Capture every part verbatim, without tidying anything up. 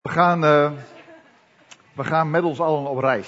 We gaan, uh, we gaan met ons allen op reis.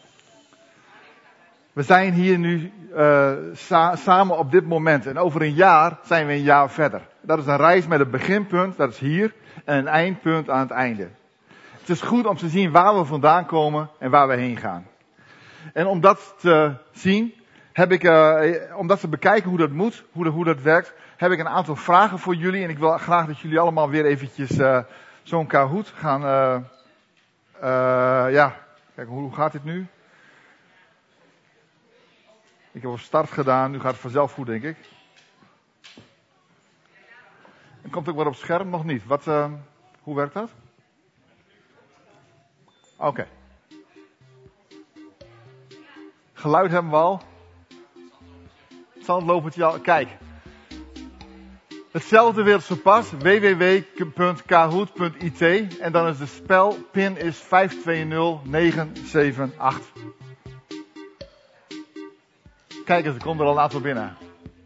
We zijn hier nu uh, sa- samen op dit moment. En over een jaar zijn we een jaar verder. Dat is een reis met een beginpunt, dat is hier. En een eindpunt aan het einde. Het is goed om te zien waar we vandaan komen en waar we heen gaan. En om dat te zien, heb ik, uh, om dat te bekijken hoe dat moet, hoe, de, hoe dat werkt, heb ik een aantal vragen voor jullie. En ik wil graag dat jullie allemaal weer eventjes uh, zo'n Kahoot gaan, uh, uh, ja, kijk, hoe gaat dit nu? Ik heb op start gedaan, nu gaat het vanzelf goed, denk ik. En komt ook wat op het scherm? Nog niet. Wat, uh, hoe werkt dat? Oké. Okay. Geluid hebben we al. Zandlopertje al. Kijk. Hetzelfde weer zo pas. w w w punt kahoot punt i t. En dan is de spelpin is vijf twee nul negen zeven acht. Kijk eens, er komt er al een aantal binnen.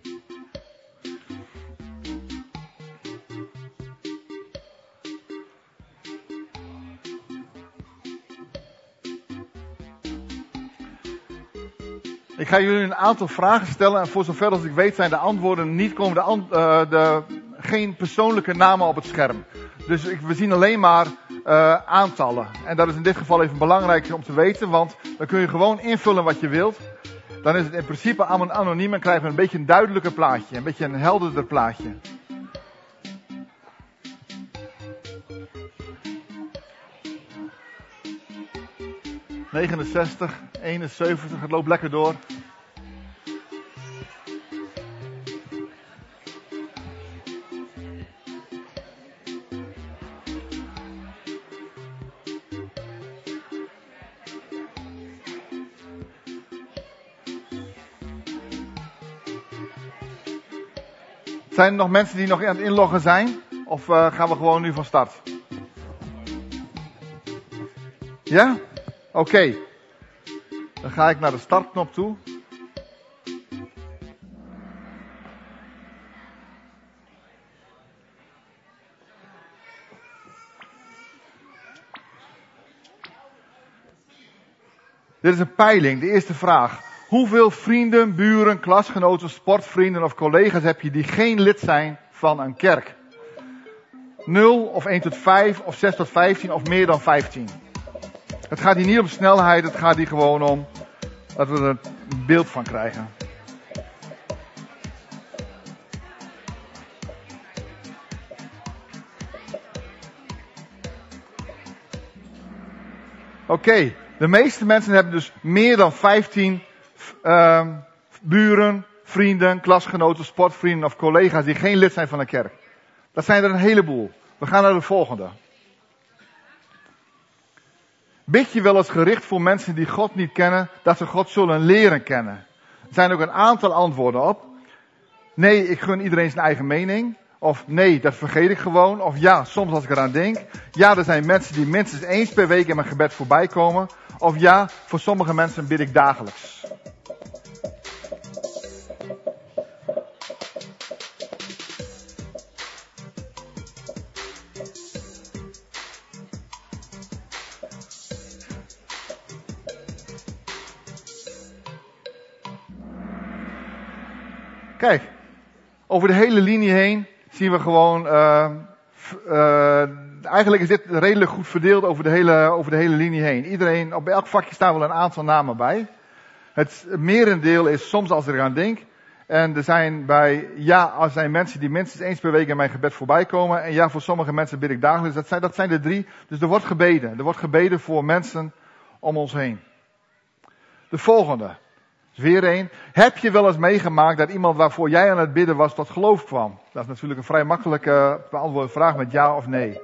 Ik ga jullie een aantal vragen stellen en voor zover als ik weet zijn de antwoorden niet, komen de, an- uh, de geen persoonlijke namen op het scherm. Dus ik, we zien alleen maar uh, aantallen. En dat is in dit geval even belangrijk om te weten, want dan kun je gewoon invullen wat je wilt. Dan is het in principe anoniem en krijgen we een beetje een duidelijker plaatje, een beetje een helderder plaatje. negenenzestig, eenenzeventig, het loopt lekker door. Zijn er nog mensen die nog aan het inloggen zijn? Of uh, gaan we gewoon nu van start? Ja? Oké. Okay. Dan ga ik naar de startknop toe. Dit is een peiling, de eerste vraag. Hoeveel vrienden, buren, klasgenoten, sportvrienden of collega's heb je die geen lid zijn van een kerk? nul of één tot vijf of zes tot vijftien of meer dan vijftien? Het gaat hier niet om snelheid, het gaat hier gewoon om dat we er een beeld van krijgen. Oké, okay. De meeste mensen hebben dus meer dan vijftien uh, buren, vrienden, klasgenoten, sportvrienden of collega's die geen lid zijn van een kerk. Dat zijn er een heleboel. We gaan naar de volgende. Bid je wel eens gericht voor mensen die God niet kennen, dat ze God zullen leren kennen? Er zijn ook een aantal antwoorden op. Nee, ik gun iedereen zijn eigen mening. Of nee, dat vergeet ik gewoon. Of ja, soms als ik eraan denk. Ja, er zijn mensen die minstens eens per week in mijn gebed voorbij komen. Of ja, voor sommige mensen bid ik dagelijks. Kijk, over de hele linie heen zien we gewoon, uh, uh, eigenlijk is dit redelijk goed verdeeld over de, hele, over de hele linie heen. Iedereen, op elk vakje staan wel een aantal namen bij. Het merendeel is soms als ik eraan denk. En er zijn bij, ja, er zijn mensen die minstens eens per week in mijn gebed voorbij komen. En ja, voor sommige mensen bid ik dagelijks. Dat zijn, dat zijn de drie. Dus er wordt gebeden. Er wordt gebeden voor mensen om ons heen. De volgende. Weer één. Heb je wel eens meegemaakt dat iemand waarvoor jij aan het bidden was tot geloof kwam? Dat is natuurlijk een vrij makkelijke beantwoorde vraag met ja of nee.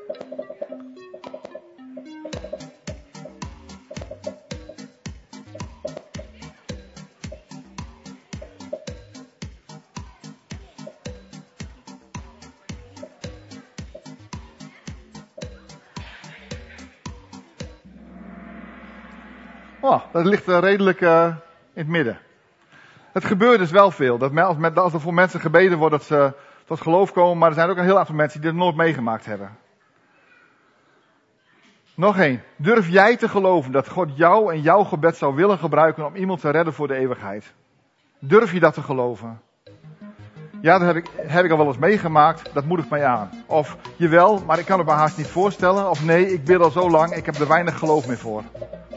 Oh, dat ligt uh, redelijk uh, in het midden. Het gebeurt dus wel veel. Dat als, met, als er voor mensen gebeden wordt dat ze tot geloof komen. Maar er zijn ook een heel aantal mensen die dit nooit meegemaakt hebben. Nog één. Durf jij te geloven dat God jou en jouw gebed zou willen gebruiken om iemand te redden voor de eeuwigheid? Durf je dat te geloven? Ja, dat heb ik, heb ik al wel eens meegemaakt. Dat moedigt mij aan. Of, jawel, maar ik kan het me haast niet voorstellen. Of nee, ik bid al zo lang, ik heb er weinig geloof meer voor.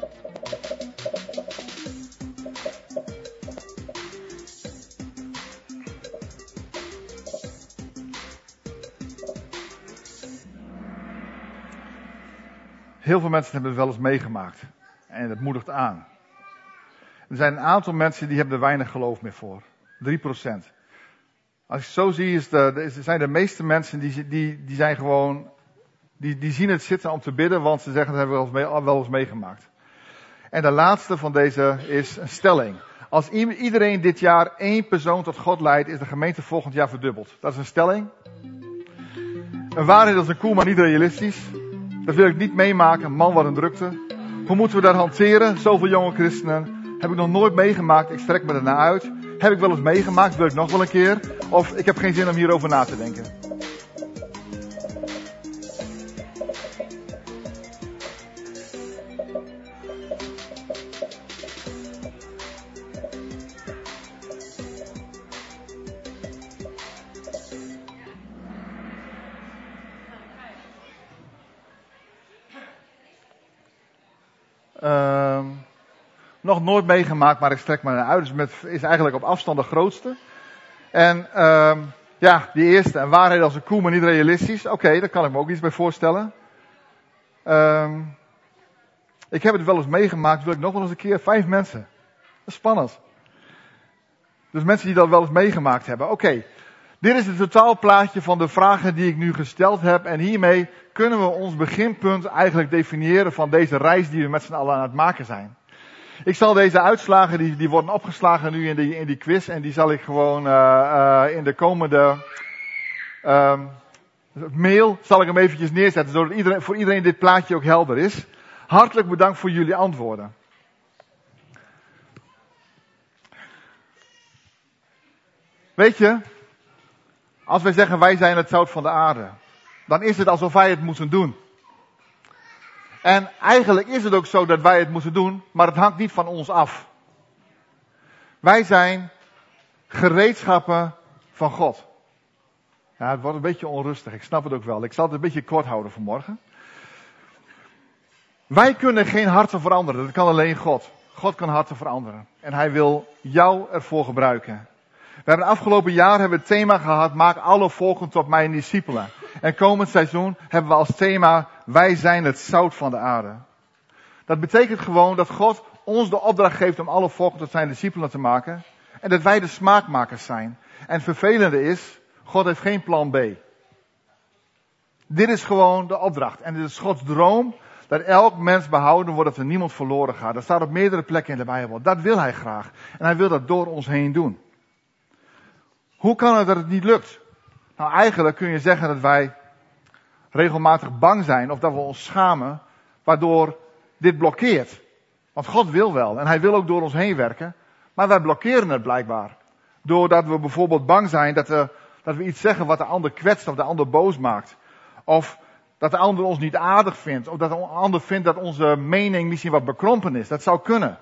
Heel veel mensen hebben het wel eens meegemaakt. En dat moedigt aan. Er zijn een aantal mensen die hebben er weinig geloof meer voor. drie procent. Als ik het zo zie, is de, de, zijn de meeste mensen die, die, die zijn gewoon, die, die zien het zitten om te bidden, want ze zeggen dat hebben we wel eens, mee, wel eens meegemaakt. En de laatste van deze is een stelling. Als iedereen dit jaar één persoon tot God leidt, is de gemeente volgend jaar verdubbeld. Dat is een stelling. Een waarheid als een koe, maar niet realistisch. Dat wil ik niet meemaken. Man, wat een drukte. Hoe moeten we dat hanteren? Zoveel jonge christenen. Heb ik nog nooit meegemaakt. Ik strek me ernaar uit. Heb ik wel eens meegemaakt. Wil ik nog wel een keer. Of ik heb geen zin om hierover na te denken. Uh, nog nooit meegemaakt, maar ik strek me naar uit. Dus met, is eigenlijk op afstand de grootste. En uh, ja, die eerste, een waarheid als een koe, maar niet realistisch. Oké, okay, daar kan ik me ook iets bij voorstellen. Uh, ik heb het wel eens meegemaakt, wil ik nog wel eens een keer. Vijf mensen. Dat is spannend. Dus mensen die dat wel eens meegemaakt hebben. Oké, okay. Dit is het totaalplaatje van de vragen die ik nu gesteld heb. En hiermee kunnen we ons beginpunt eigenlijk definiëren van deze reis die we met z'n allen aan het maken zijn. Ik zal deze uitslagen, die, die worden opgeslagen nu in die, in die quiz. En die zal ik gewoon uh, uh, in de komende uh, mail, zal ik hem eventjes neerzetten. Zodat iedereen, voor iedereen dit plaatje ook helder is. Hartelijk bedankt voor jullie antwoorden. Weet je, als wij zeggen wij zijn het zout van de aarde, dan is het alsof wij het moeten doen. En eigenlijk is het ook zo dat wij het moeten doen, maar het hangt niet van ons af. Wij zijn gereedschappen van God. Ja, het wordt een beetje onrustig, ik snap het ook wel. Ik zal het een beetje kort houden vanmorgen. Wij kunnen geen harten veranderen, dat kan alleen God. God kan harten veranderen. En hij wil jou ervoor gebruiken. We hebben afgelopen jaar hebben we het thema gehad, maak alle volken tot mijn discipelen. En komend seizoen hebben we als thema, wij zijn het zout van de aarde. Dat betekent gewoon dat God ons de opdracht geeft om alle volken tot zijn discipelen te maken. En dat wij de smaakmakers zijn. En het vervelende is, God heeft geen plan B. Dit is gewoon de opdracht. En dit is Gods droom, dat elk mens behouden wordt, dat er niemand verloren gaat. Dat staat op meerdere plekken in de Bijbel. Dat wil hij graag. En hij wil dat door ons heen doen. Hoe kan het dat het niet lukt? Nou, eigenlijk kun je zeggen dat wij regelmatig bang zijn of dat we ons schamen, waardoor dit blokkeert. Want God wil wel en hij wil ook door ons heen werken, maar wij blokkeren het blijkbaar. Doordat we bijvoorbeeld bang zijn dat we, dat we iets zeggen wat de ander kwetst of de ander boos maakt. Of dat de ander ons niet aardig vindt, of dat de ander vindt dat onze mening misschien wat bekrompen is. Dat zou kunnen.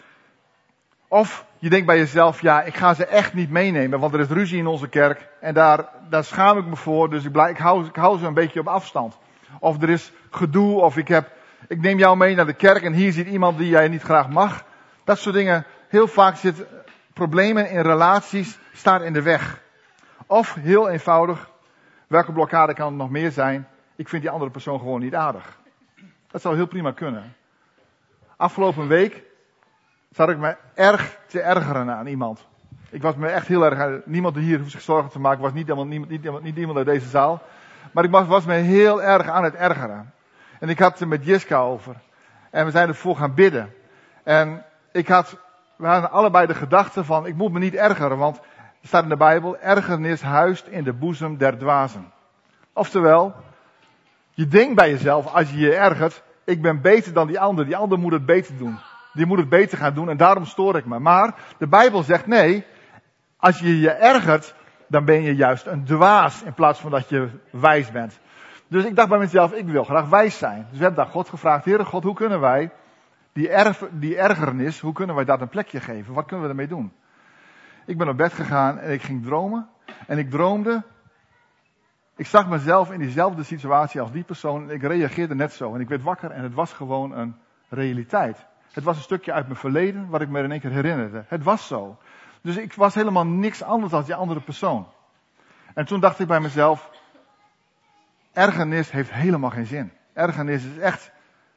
Of je denkt bij jezelf, ja, ik ga ze echt niet meenemen, want er is ruzie in onze kerk en daar, daar schaam ik me voor, dus ik, blijf, ik, hou, ik hou ze een beetje op afstand. Of er is gedoe, of ik, heb, ik neem jou mee naar de kerk en hier zit iemand die jij niet graag mag. Dat soort dingen. Heel vaak zitten problemen in relaties, staan in de weg. Of heel eenvoudig, welke blokkade kan er nog meer zijn? Ik vind die andere persoon gewoon niet aardig. Dat zou heel prima kunnen. Afgelopen week zat ik me erg te ergeren aan iemand. Ik was me echt heel erg, niemand die hier hoeft zich zorgen te maken, was niet iemand, niet, niet, niet iemand uit deze zaal. Maar ik was, was me heel erg aan het ergeren. En ik had het er met Jiska over. En we zijn ervoor gaan bidden. En ik had, we hadden allebei de gedachte van, ik moet me niet ergeren, want er staat in de Bijbel, ergernis huist in de boezem der dwazen. Oftewel, je denkt bij jezelf, als je je ergert, ik ben beter dan die ander, die ander moet het beter doen. Die moet het beter gaan doen en daarom stoor ik me. Maar de Bijbel zegt nee, als je je ergert, dan ben je juist een dwaas in plaats van dat je wijs bent. Dus ik dacht bij mezelf, ik wil graag wijs zijn. Dus we hebben daar God gevraagd, Heere God, hoe kunnen wij die, erf, die ergernis, hoe kunnen wij dat een plekje geven? Wat kunnen we ermee doen? Ik ben op bed gegaan en ik ging dromen. En ik droomde, ik zag mezelf in diezelfde situatie als die persoon. En ik reageerde net zo. En ik werd wakker en het was gewoon een realiteit. Het was een stukje uit mijn verleden, wat ik me in één keer herinnerde. Het was zo. Dus ik was helemaal niks anders dan die andere persoon. En toen dacht ik bij mezelf, ergernis heeft helemaal geen zin. Ergernis is echt,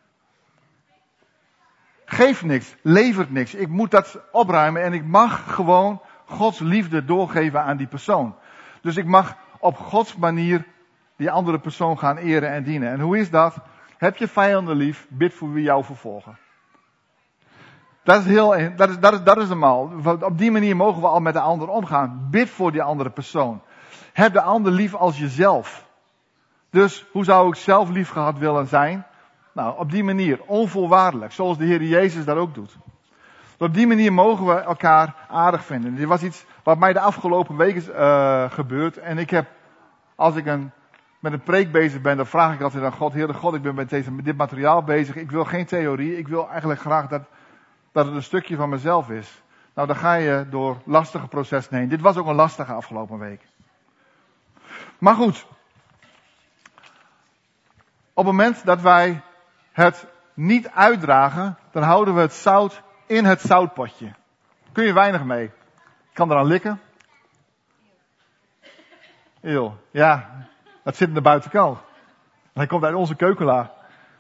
geeft niks, levert niks. Ik moet dat opruimen en ik mag gewoon Gods liefde doorgeven aan die persoon. Dus ik mag op Gods manier die andere persoon gaan eren en dienen. En hoe is dat? Heb je vijanden lief, bid voor wie jou vervolgen. Dat is heel, dat is, dat is, dat is normaal. Op die manier mogen we al met de ander omgaan. Bid voor die andere persoon. Heb de ander lief als jezelf. Dus hoe zou ik zelf lief gehad willen zijn? Nou, op die manier, onvoorwaardelijk, zoals de Heer Jezus dat ook doet. Op die manier mogen we elkaar aardig vinden. Dit was iets wat mij de afgelopen weken is uh, gebeurd. En ik heb, als ik een, met een preek bezig ben, dan vraag ik altijd aan God, Heer God, ik ben met, deze, met dit materiaal bezig. Ik wil geen theorie, ik wil eigenlijk graag dat, dat het een stukje van mezelf is. Nou, dan ga je door lastige processen heen. Dit was ook een lastige afgelopen week. Maar goed. Op het moment dat wij het niet uitdragen, dan houden we het zout in het zoutpotje. Kun je weinig mee. Ik kan eraan likken. Eeuw, ja, dat zit in de buitenkant. En hij komt uit onze keukenla.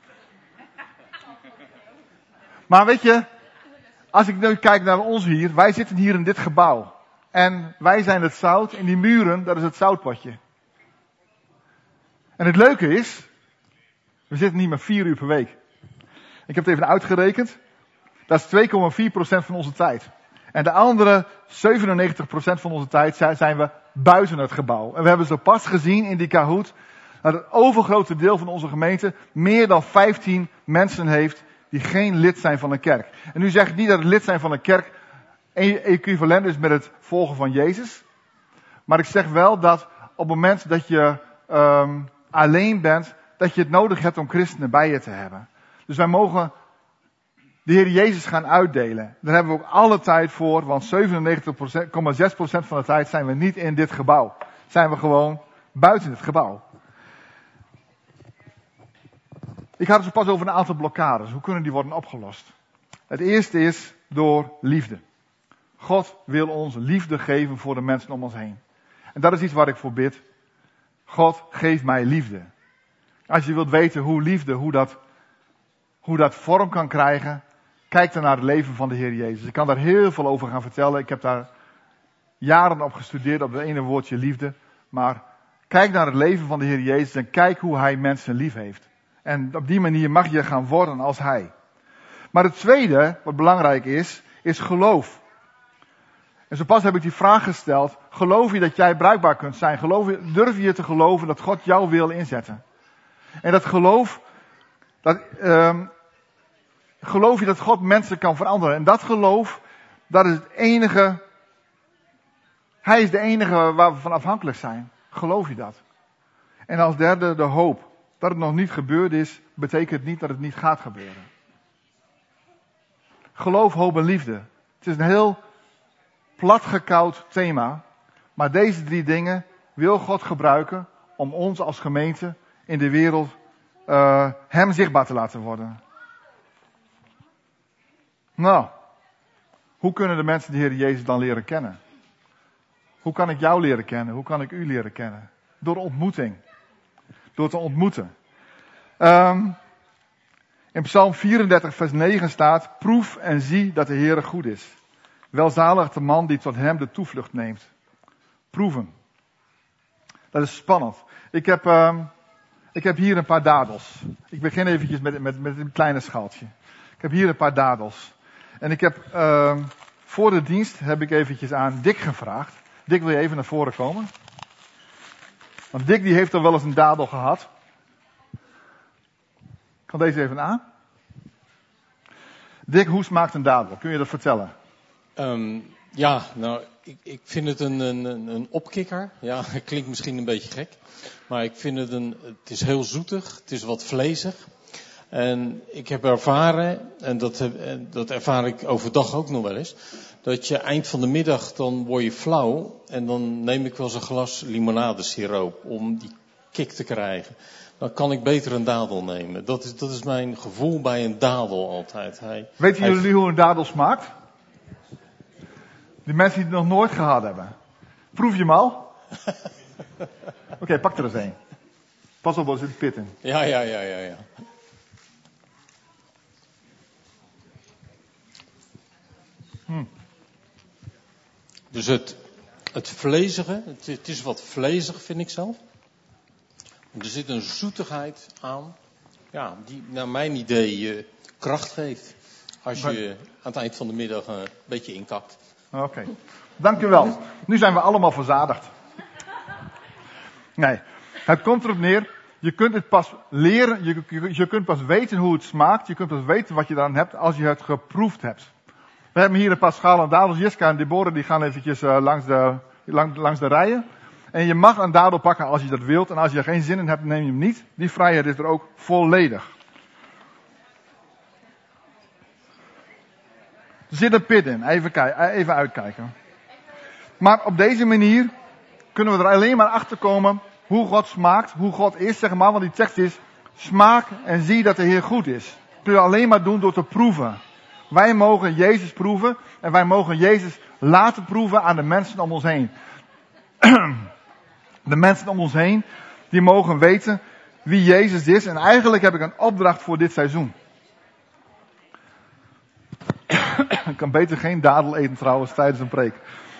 Maar weet je, als ik nu kijk naar ons hier, wij zitten hier in dit gebouw. En wij zijn het zout en die muren, dat is het zoutpotje. En het leuke is, we zitten niet maar vier uur per week. Ik heb het even uitgerekend. Dat is twee komma vier procent van onze tijd. En de andere zevenennegentig procent van onze tijd zijn we buiten het gebouw. En we hebben zo pas gezien in die Kahoot dat het overgrote deel van onze gemeente meer dan vijftien mensen heeft die geen lid zijn van een kerk. En nu zeg ik niet dat het lid zijn van een kerk equivalent is met het volgen van Jezus. Maar ik zeg wel dat op het moment dat je um, alleen bent, dat je het nodig hebt om christenen bij je te hebben. Dus wij mogen de Heer Jezus gaan uitdelen. Daar hebben we ook alle tijd voor, want zevenennegentig komma zes procent van de tijd zijn we niet in dit gebouw. Zijn we gewoon buiten het gebouw. Ik had het zo pas over een aantal blokkades. Hoe kunnen die worden opgelost? Het eerste is door liefde. God wil ons liefde geven voor de mensen om ons heen. En dat is iets waar ik voor bid. God, geef mij liefde. Als je wilt weten hoe liefde, hoe dat, hoe dat vorm kan krijgen, kijk dan naar het leven van de Heer Jezus. Ik kan daar heel veel over gaan vertellen. Ik heb daar jaren op gestudeerd, op het ene woordje liefde. Maar kijk naar het leven van de Heer Jezus en kijk hoe Hij mensen lief heeft. En op die manier mag je gaan worden als Hij. Maar het tweede, wat belangrijk is, is geloof. En zo pas heb ik die vraag gesteld, geloof je dat jij bruikbaar kunt zijn? Geloof je, durf je te geloven dat God jou wil inzetten? En dat geloof, dat, um, geloof je dat God mensen kan veranderen? En dat geloof, dat is het enige, Hij is de enige waar we van afhankelijk zijn. Geloof je dat? En als derde de hoop. Dat het nog niet gebeurd is, betekent niet dat het niet gaat gebeuren. Geloof, hoop en liefde. Het is een heel platgekoud thema. Maar deze drie dingen wil God gebruiken om ons als gemeente in de wereld uh, Hem zichtbaar te laten worden. Nou, hoe kunnen de mensen de Heer Jezus dan leren kennen? Hoe kan ik jou leren kennen? Hoe kan ik u leren kennen? Door ontmoeting. Door te ontmoeten. Um, in Psalm vierendertig vers negen staat, proef en zie dat de Heere goed is. Welzalig de man die tot hem de toevlucht neemt. Proeven. Dat is spannend. Ik heb, um, ik heb hier een paar dadels. Ik begin eventjes met, met, met een kleine schaaltje. Ik heb hier een paar dadels. En ik heb, um, voor de dienst heb ik eventjes aan Dick gevraagd. Dick, wil je even naar voren komen? Want Dick die heeft al wel eens een dadel gehad. Kan deze even aan? Dick, hoe smaakt een dadel? Kun je dat vertellen? Um, Ja, nou, ik, ik vind het een, een, een opkikker. Ja, het klinkt misschien een beetje gek. Maar ik vind het een, het is heel zoetig, het is wat vlezig. En ik heb ervaren, en dat, heb, dat ervaar ik overdag ook nog wel eens, dat je eind van de middag, dan word je flauw. En dan neem ik wel eens een glas limonadesiroop om die kick te krijgen. Dan kan ik beter een dadel nemen. Dat is, dat is mijn gevoel bij een dadel altijd. Hij, Weten hij... jullie hoe een dadel smaakt? Die mensen die het nog nooit gehad hebben. Proef je hem al? Oké, okay, pak er eens een. Pas op, er zit pit in. Ja, ja, ja, ja, ja. Hm. Dus het, het vlezige, het, het is wat vlezig vind ik zelf. Er zit een zoetigheid aan, ja, die naar mijn idee uh, kracht geeft. Als je uh, aan het eind van de middag uh, een beetje inkakt. Oké, okay. Dankjewel. Nu zijn we allemaal verzadigd. Nee, het komt erop neer, je kunt het pas leren, je, je, je kunt pas weten hoe het smaakt, je kunt pas weten wat je eraan hebt als je het geproefd hebt. We hebben hier een paar schalen dadels. Jiska en Deborah die gaan eventjes uh, langs, de, lang, langs de rijen. En je mag een dadel pakken als je dat wilt. En als je er geen zin in hebt, neem je hem niet. Die vrijheid is er ook volledig. Er zit een pit in. Even, kijk, even uitkijken. Maar op deze manier kunnen we er alleen maar achter komen hoe God smaakt, hoe God is, zeg maar. Want die tekst is, smaak en zie dat de Heer goed is. Dat kun je alleen maar doen door te proeven. Wij mogen Jezus proeven en wij mogen Jezus laten proeven aan de mensen om ons heen. De mensen om ons heen, die mogen weten wie Jezus is. En eigenlijk heb ik een opdracht voor dit seizoen. Ik kan beter geen dadel eten trouwens tijdens een preek.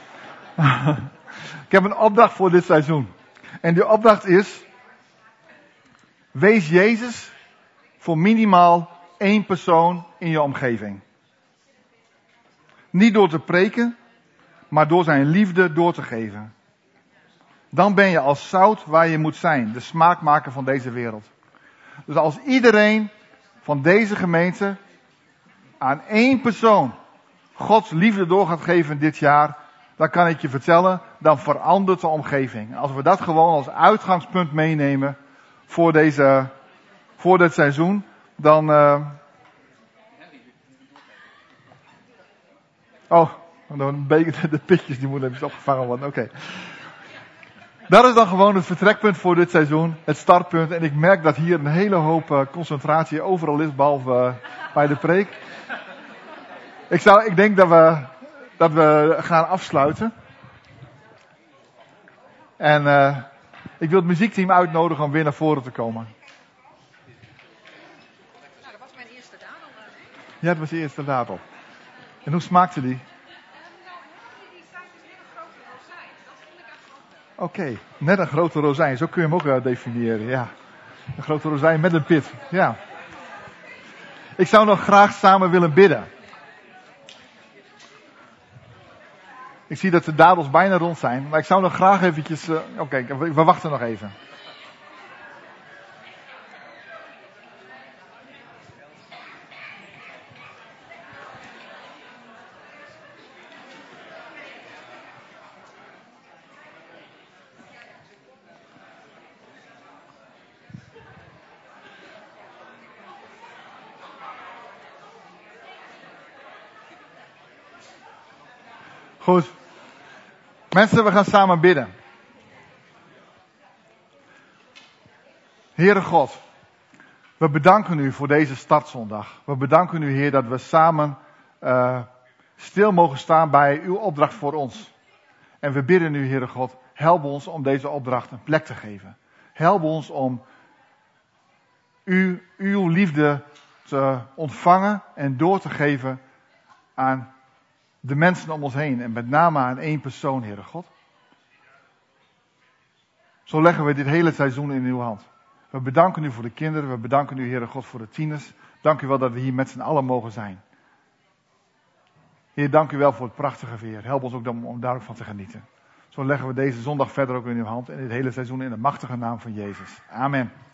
Ik heb een opdracht voor dit seizoen. En die opdracht is, wees Jezus voor minimaal één persoon in je omgeving. Niet door te preken, maar door zijn liefde door te geven. Dan ben je als zout waar je moet zijn, de smaakmaker van deze wereld. Dus als iedereen van deze gemeente aan één persoon Gods liefde door gaat geven dit jaar, dan kan ik je vertellen, dan verandert de omgeving. Als we dat gewoon als uitgangspunt meenemen voor deze, voor dit seizoen, dan... Uh... Oh, dan de pitjes die moeten even opgevangen worden. Oké. Okay. Dat is dan gewoon het vertrekpunt voor dit seizoen, het startpunt. En ik merk dat hier een hele hoop uh, concentratie overal is, behalve uh, bij de preek. Ik, zou, ik denk dat we, dat we gaan afsluiten. En uh, ik wil het muziekteam uitnodigen om weer naar voren te komen. Nou, dat was mijn eerste dadel. Ja, dat was je eerste dadel. En hoe smaakte die? Oké, okay, net een grote rozijn. Zo kun je hem ook uh, definiëren, ja. Een grote rozijn met een pit, ja. Ik zou nog graag samen willen bidden. Ik zie dat de dadels bijna rond zijn, maar ik zou nog graag eventjes... Uh, Oké, okay, we, we wachten nog even. Goed. Mensen, we gaan samen bidden. Heere God, we bedanken u voor deze startzondag. We bedanken u, Heer, dat we samen uh, stil mogen staan bij uw opdracht voor ons. En we bidden u, Heere God, help ons om deze opdracht een plek te geven. Help ons om u, uw liefde te ontvangen en door te geven aan de mensen om ons heen. En met name aan één persoon, Heere God. Zo leggen we dit hele seizoen in uw hand. We bedanken u voor de kinderen. We bedanken u, Heere God, voor de tieners. Dank u wel dat we hier met z'n allen mogen zijn. Heer, dank u wel voor het prachtige weer. Help ons ook om, om daar ook van te genieten. Zo leggen we deze zondag verder ook in uw hand. En dit hele seizoen in de machtige naam van Jezus. Amen.